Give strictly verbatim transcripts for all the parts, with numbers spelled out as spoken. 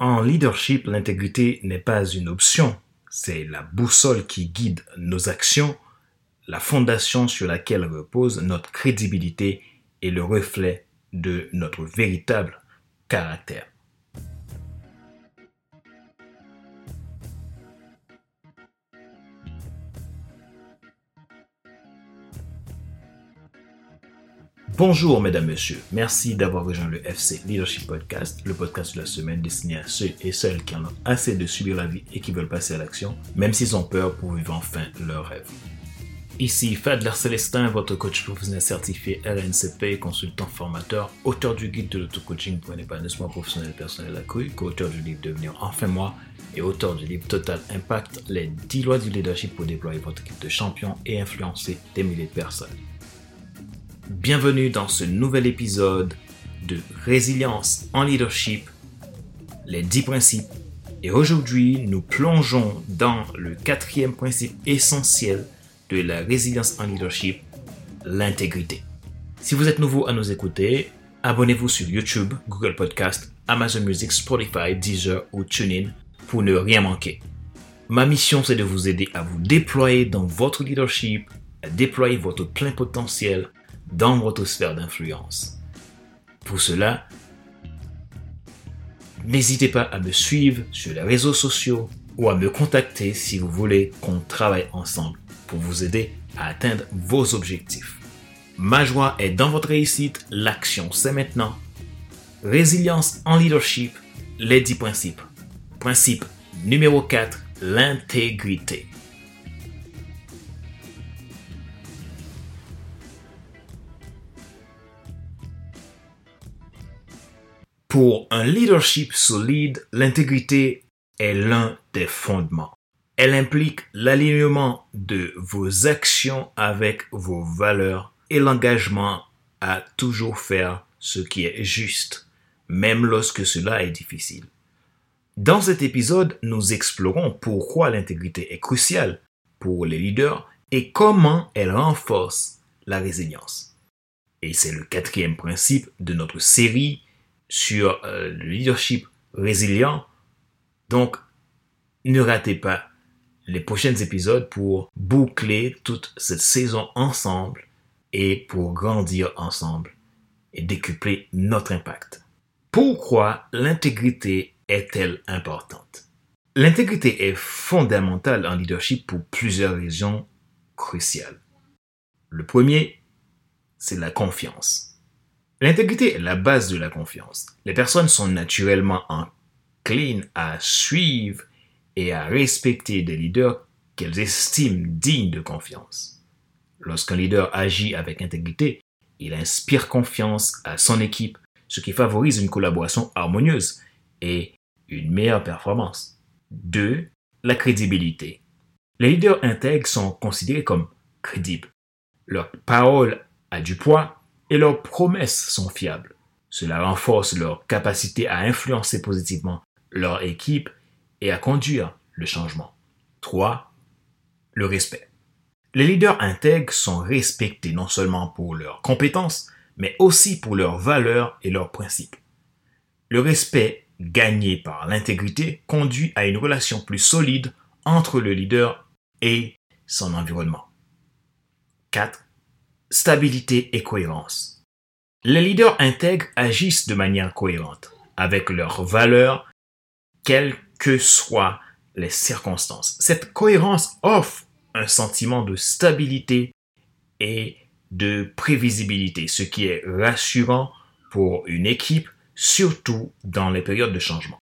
En leadership, l'intégrité n'est pas une option, c'est la boussole qui guide nos actions, la fondation sur laquelle repose notre crédibilité et le reflet de notre véritable caractère. Bonjour mesdames, messieurs, merci d'avoir rejoint le F C Leadership Podcast, le podcast de la semaine destiné à ceux et celles qui en ont assez de subir la vie et qui veulent passer à l'action, même s'ils ont peur pour vivre enfin leur rêve. Ici Fadler Célestin, votre coach professionnel certifié R N C P, consultant formateur, auteur du guide de l'auto-coaching pour un épanouissement professionnel et personnel accru, co-auteur du livre Devenir enfin moi et auteur du livre Total Impact, les dix lois du leadership pour déployer votre équipe de champions et influencer des milliers de personnes. Bienvenue dans ce nouvel épisode de Résilience en leadership, les dix principes. Et aujourd'hui, nous plongeons dans le quatrième principe essentiel de la résilience en leadership, l'intégrité. Si vous êtes nouveau à nous écouter, abonnez-vous sur YouTube, Google Podcast, Amazon Music, Spotify, Deezer ou TuneIn pour ne rien manquer. Ma mission, c'est de vous aider à vous déployer dans votre leadership, à déployer votre plein potentiel dans votre sphère d'influence. Pour cela, n'hésitez pas à me suivre sur les réseaux sociaux ou à me contacter si vous voulez qu'on travaille ensemble pour vous aider à atteindre vos objectifs. Ma joie est dans votre réussite, l'action c'est maintenant. Résilience en leadership, les dix principes. Principe numéro quatre, l'intégrité. Pour un leadership solide, l'intégrité est l'un des fondements. Elle implique l'alignement de vos actions avec vos valeurs et l'engagement à toujours faire ce qui est juste, même lorsque cela est difficile. Dans cet épisode, nous explorons pourquoi l'intégrité est cruciale pour les leaders et comment elle renforce la résilience. Et c'est le quatrième principe de notre série sur euh, le leadership résilient. Donc, ne ratez pas les prochains épisodes pour boucler toute cette saison ensemble et pour grandir ensemble et décupler notre impact. Pourquoi l'intégrité est-elle importante? L'intégrité est fondamentale en leadership pour plusieurs raisons cruciales. Le premier, c'est la confiance. L'intégrité est la base de la confiance. Les personnes sont naturellement enclines à suivre et à respecter des leaders qu'elles estiment dignes de confiance. Lorsqu'un leader agit avec intégrité, il inspire confiance à son équipe, ce qui favorise une collaboration harmonieuse et une meilleure performance. deux. La crédibilité. Les leaders intègres sont considérés comme crédibles. Leur parole a du poids et leurs promesses sont fiables. Cela renforce leur capacité à influencer positivement leur équipe et à conduire le changement. trois. Le respect. Les leaders intègres sont respectés non seulement pour leurs compétences, mais aussi pour leurs valeurs et leurs principes. Le respect gagné par l'intégrité conduit à une relation plus solide entre le leader et son environnement. quatre. Stabilité et cohérence. Les leaders intègres agissent de manière cohérente avec leurs valeurs, quelles que soient les circonstances. Cette cohérence offre un sentiment de stabilité et de prévisibilité, ce qui est rassurant pour une équipe, surtout dans les périodes de changement.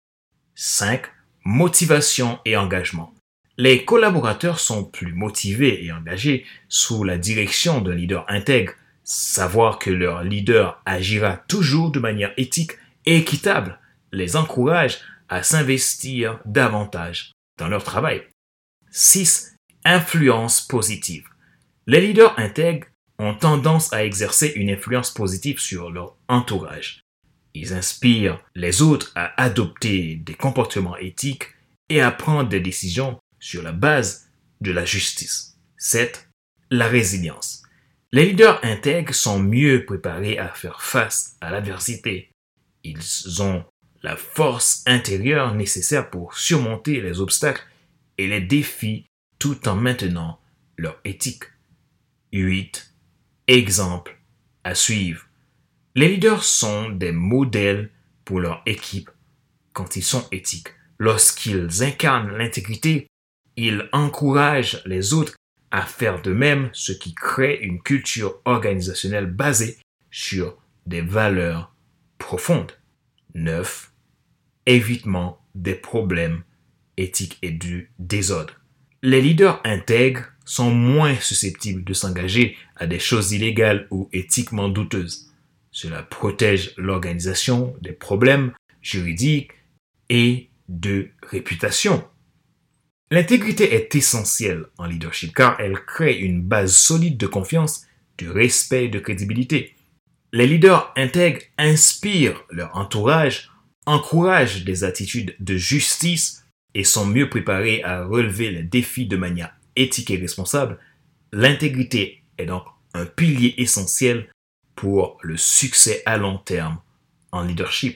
cinq. Motivation et engagement. Les collaborateurs sont plus motivés et engagés sous la direction d'un leader intègre. Savoir que leur leader agira toujours de manière éthique et équitable les encourage à s'investir davantage dans leur travail. six. Influence positive. Les leaders intègres ont tendance à exercer une influence positive sur leur entourage. Ils inspirent les autres à adopter des comportements éthiques et à prendre des décisions sur la base de la justice. sept. La résilience. Les leaders intègres sont mieux préparés à faire face à l'adversité. Ils ont la force intérieure nécessaire pour surmonter les obstacles et les défis tout en maintenant leur éthique. huit. Exemple à suivre. Les leaders sont des modèles pour leur équipe quand ils sont éthiques. Lorsqu'ils incarnent l'intégrité, ils encouragent les autres à faire de même, ce qui crée une culture organisationnelle basée sur des valeurs profondes. neuf. Évitement des problèmes éthiques et du désordre. Les leaders intègres sont moins susceptibles de s'engager à des choses illégales ou éthiquement douteuses. Cela protège l'organisation des problèmes juridiques et de réputation. L'intégrité est essentielle en leadership car elle crée une base solide de confiance, de respect et de crédibilité. Les leaders intègres inspirent leur entourage, encouragent des attitudes de justice et sont mieux préparés à relever les défis de manière éthique et responsable. L'intégrité est donc un pilier essentiel pour le succès à long terme en leadership.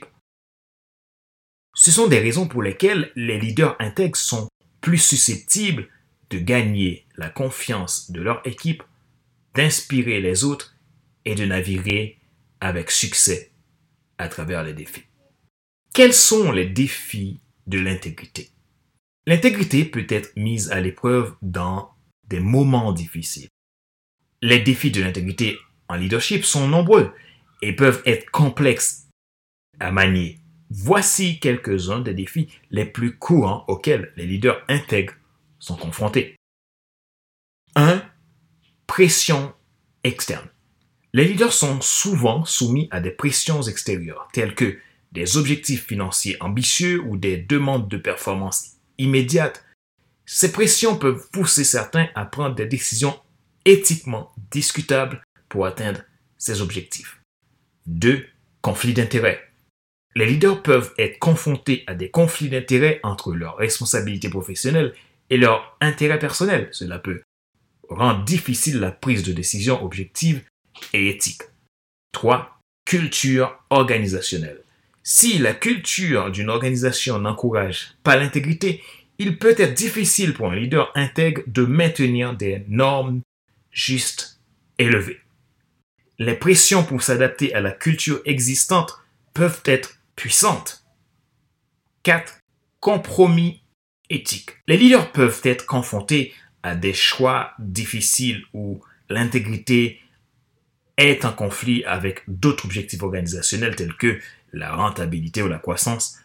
Ce sont des raisons pour lesquelles les leaders intègres sont plus susceptibles de gagner la confiance de leur équipe, d'inspirer les autres et de naviguer avec succès à travers les défis. Quels sont les défis de l'intégrité? L'intégrité peut être mise à l'épreuve dans des moments difficiles. Les défis de l'intégrité en leadership sont nombreux et peuvent être complexes à manier. Voici quelques-uns des défis les plus courants auxquels les leaders intègres sont confrontés. un. Pression externe. Les leaders sont souvent soumis à des pressions extérieures, telles que des objectifs financiers ambitieux ou des demandes de performance immédiates. Ces pressions peuvent pousser certains à prendre des décisions éthiquement discutables pour atteindre ces objectifs. deux. Conflits d'intérêts. Les leaders peuvent être confrontés à des conflits d'intérêts entre leurs responsabilités professionnelles et leurs intérêts personnels. Cela peut rendre difficile la prise de décision objective et éthique. trois. Culture organisationnelle. Si la culture d'une organisation n'encourage pas l'intégrité, il peut être difficile pour un leader intègre de maintenir des normes justes élevées. Les pressions pour s'adapter à la culture existante peuvent être puissantes. quatre. Compromis éthiques. Les leaders peuvent être confrontés à des choix difficiles où l'intégrité est en conflit avec d'autres objectifs organisationnels tels que la rentabilité ou la croissance.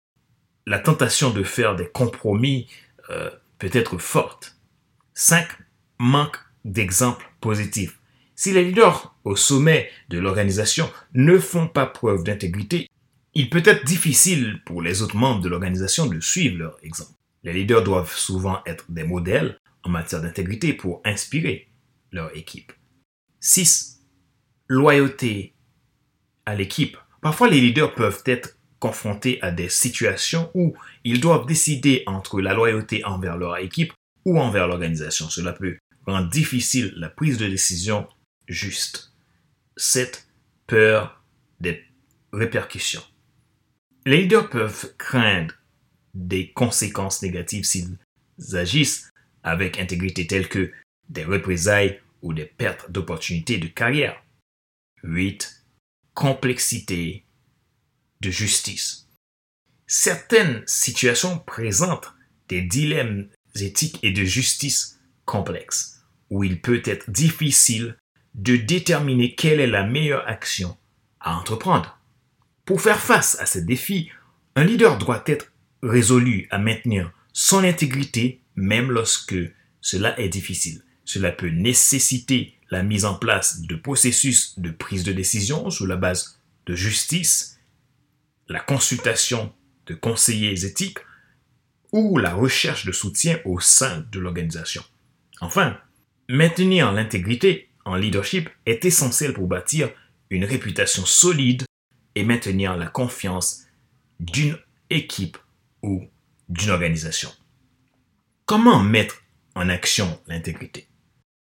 La tentation de faire des compromis euh, peut être forte. cinq. Manque d'exemples positifs. Si les leaders au sommet de l'organisation ne font pas preuve d'intégrité, il peut être difficile pour les autres membres de l'organisation de suivre leur exemple. Les leaders doivent souvent être des modèles en matière d'intégrité pour inspirer leur équipe. six. Loyauté à l'équipe. Parfois, les leaders peuvent être confrontés à des situations où ils doivent décider entre la loyauté envers leur équipe ou envers l'organisation. Cela peut rendre difficile la prise de décision juste. sept. Peur des répercussions. Les leaders peuvent craindre des conséquences négatives s'ils agissent avec intégrité telles que des représailles ou des pertes d'opportunités de carrière. huit. Complexité de justice. Certaines situations présentent des dilemmes éthiques et de justice complexes, où il peut être difficile de déterminer quelle est la meilleure action à entreprendre. Pour faire face à ces défis, un leader doit être résolu à maintenir son intégrité même lorsque cela est difficile. Cela peut nécessiter la mise en place de processus de prise de décision sur la base de justice, la consultation de conseillers éthiques ou la recherche de soutien au sein de l'organisation. Enfin, maintenir l'intégrité en leadership est essentiel pour bâtir une réputation solide et maintenir la confiance d'une équipe ou d'une organisation. Comment mettre en action l'intégrité?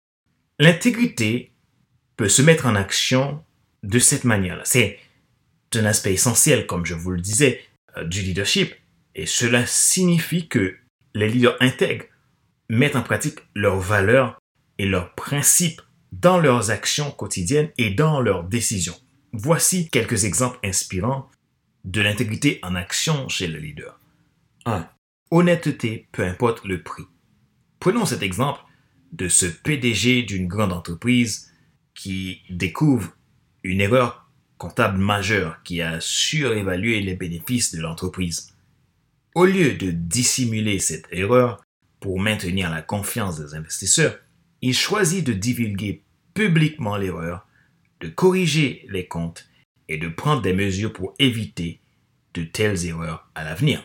L'intégrité peut se mettre en action de cette manière-là. C'est un aspect essentiel, comme je vous le disais, euh, du leadership et cela signifie que les leaders intègres mettent en pratique leurs valeurs et leurs principes dans leurs actions quotidiennes et dans leurs décisions. Voici quelques exemples inspirants de l'intégrité en action chez le leader. un. Honnêteté, peu importe le prix. Prenons cet exemple de ce P D G d'une grande entreprise qui découvre une erreur comptable majeure qui a surévalué les bénéfices de l'entreprise. Au lieu de dissimuler cette erreur pour maintenir la confiance des investisseurs, il choisit de divulguer publiquement l'erreur, de corriger les comptes et de prendre des mesures pour éviter de telles erreurs à l'avenir.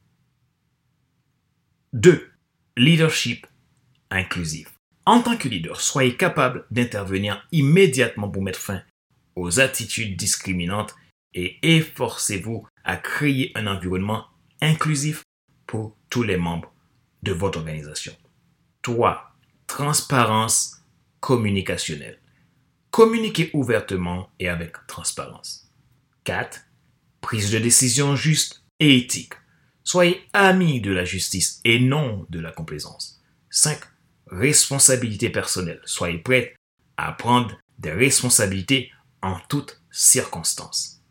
deux. Leadership inclusif. En tant que leader, soyez capable d'intervenir immédiatement pour mettre fin aux attitudes discriminantes et efforcez-vous à créer un environnement inclusif pour tous les membres de votre organisation. trois. Transparence communicationnelle. Communiquez ouvertement et avec transparence. quatre. Prise de décision juste et éthique. Soyez amis de la justice et non de la complaisance. cinq. Responsabilité personnelle. Soyez prêts à prendre des responsabilités en toutes circonstances.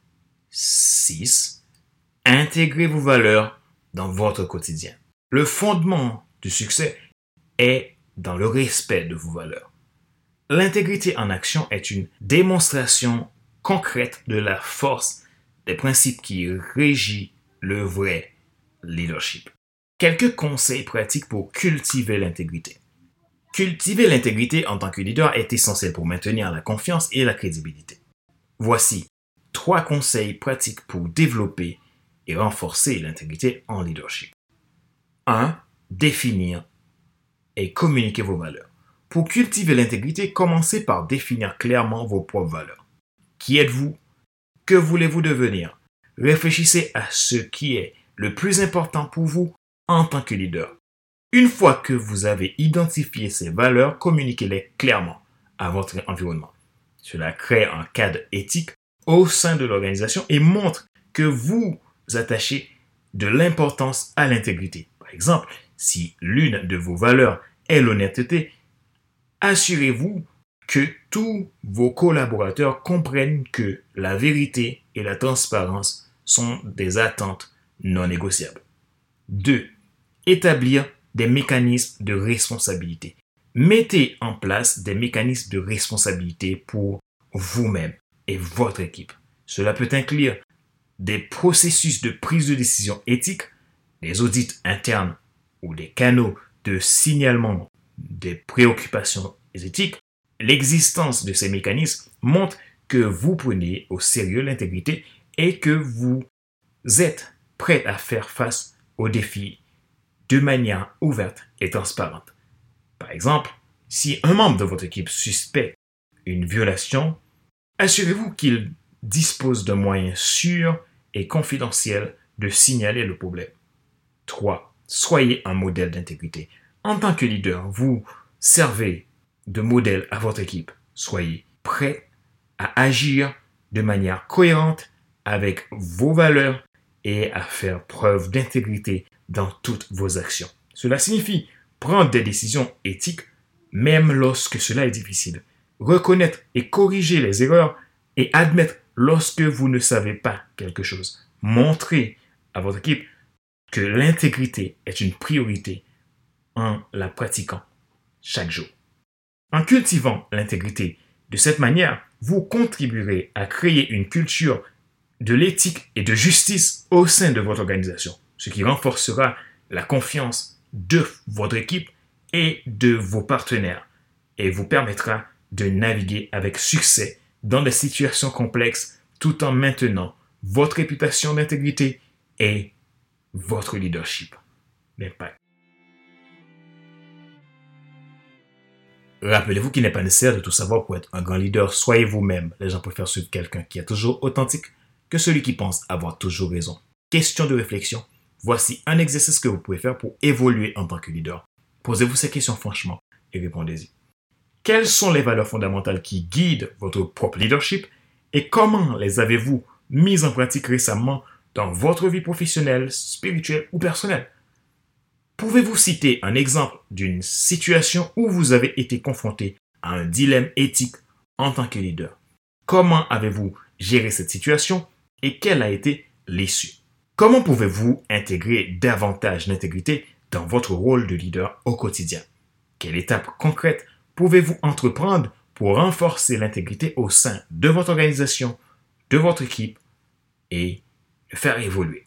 six. Intégrez vos valeurs dans votre quotidien. Le fondement du succès est dans le respect de vos valeurs. L'intégrité en action est une démonstration concrète de la force des principes qui régissent le vrai leadership. Quelques conseils pratiques pour cultiver l'intégrité. Cultiver l'intégrité en tant que leader est essentiel pour maintenir la confiance et la crédibilité. Voici trois conseils pratiques pour développer et renforcer l'intégrité en leadership. un. Définir et communiquer vos valeurs. Pour cultiver l'intégrité, commencez par définir clairement vos propres valeurs. Qui êtes-vous? Que voulez-vous devenir? Réfléchissez à ce qui est le plus important pour vous en tant que leader. Une fois que vous avez identifié ces valeurs, communiquez-les clairement à votre environnement. Cela crée un cadre éthique au sein de l'organisation et montre que vous attachez de l'importance à l'intégrité. Par exemple, si l'une de vos valeurs est l'honnêteté, assurez-vous que tous vos collaborateurs comprennent que la vérité et la transparence sont des attentes non négociables. deux. Établir des mécanismes de responsabilité. Mettez en place des mécanismes de responsabilité pour vous-même et votre équipe. Cela peut inclure des processus de prise de décision éthique, des audits internes ou des canaux de signalement des préoccupations éthiques. L'existence de ces mécanismes montre que vous prenez au sérieux l'intégrité et que vous êtes prêt à faire face aux défis de manière ouverte et transparente. Par exemple, si un membre de votre équipe suspecte une violation, assurez-vous qu'il dispose de moyens sûrs et confidentiels de signaler le problème. trois. Soyez un modèle d'intégrité. En tant que leader, vous servez de modèle à votre équipe. Soyez prêt à agir de manière cohérente avec vos valeurs et à faire preuve d'intégrité dans toutes vos actions. Cela signifie prendre des décisions éthiques, même lorsque cela est difficile. Reconnaître et corriger les erreurs et admettre lorsque vous ne savez pas quelque chose. Montrez à votre équipe que l'intégrité est une priorité en la pratiquant chaque jour. En cultivant l'intégrité de cette manière, vous contribuerez à créer une culture de l'éthique et de justice au sein de votre organisation, ce qui renforcera la confiance de votre équipe et de vos partenaires et vous permettra de naviguer avec succès dans des situations complexes tout en maintenant votre réputation d'intégrité et votre leadership d'impact. Rappelez-vous qu'il n'est pas nécessaire de tout savoir pour être un grand leader. Soyez vous-même. Les gens préfèrent suivre quelqu'un qui est toujours authentique que celui qui pense avoir toujours raison. Question de réflexion. Voici un exercice que vous pouvez faire pour évoluer en tant que leader. Posez-vous ces questions franchement et répondez-y. Quelles sont les valeurs fondamentales qui guident votre propre leadership et comment les avez-vous mises en pratique récemment dans votre vie professionnelle, spirituelle ou personnelle? Pouvez-vous citer un exemple d'une situation où vous avez été confronté à un dilemme éthique en tant que leader? Comment avez-vous géré cette situation et quelle a été l'issue? Comment pouvez-vous intégrer davantage d'intégrité dans votre rôle de leader au quotidien? Quelle étape concrète pouvez-vous entreprendre pour renforcer l'intégrité au sein de votre organisation, de votre équipe et le faire évoluer?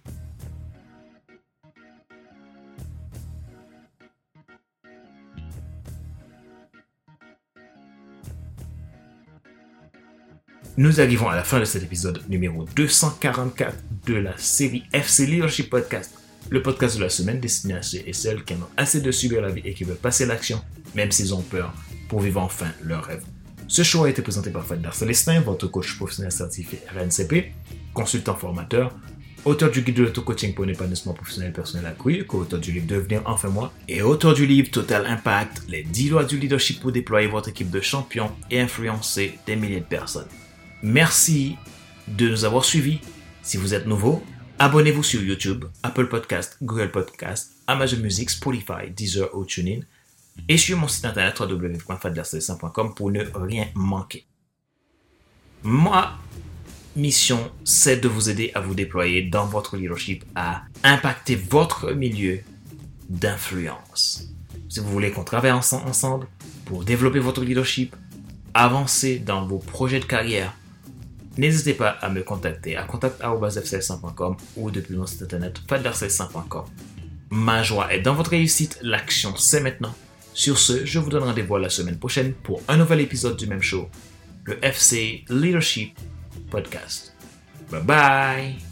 Nous arrivons à la fin de cet épisode numéro deux cent quarante-quatre de la série F C Leadership Podcast, le podcast de la semaine destiné à ceux et celles qui en ont assez de subir la vie et qui veulent passer à l'action, même s'ils ont peur, pour vivre enfin leur rêve. Ce show a été présenté par Fadler Célestin, votre coach professionnel certifié R N C P, consultant formateur, auteur du guide de l'auto-coaching pour un épanouissement professionnel personnel accru, co-auteur du livre Devenir enfin moi, et auteur du livre Total Impact, les dix lois du leadership pour déployer votre équipe de champions et influencer des milliers de personnes. Merci de nous avoir suivis. Si vous êtes nouveau, abonnez-vous sur YouTube, Apple Podcast, Google Podcast, Amazon Music, Spotify, Deezer ou TuneIn et sur mon site internet w w w point fadler célestin point com pour ne rien manquer. Ma mission, c'est de vous aider à vous déployer dans votre leadership, à impacter votre milieu d'influence. Si vous voulez qu'on travaille ensemble pour développer votre leadership, avancer dans vos projets de carrière, n'hésitez pas à me contacter à contact arobase f célestin point com ou depuis mon site internet fadler célestin point com. Ma joie est dans votre réussite, l'action c'est maintenant. Sur ce, je vous donne rendez-vous la semaine prochaine pour un nouvel épisode du même show, le F C Leadership Podcast. Bye bye!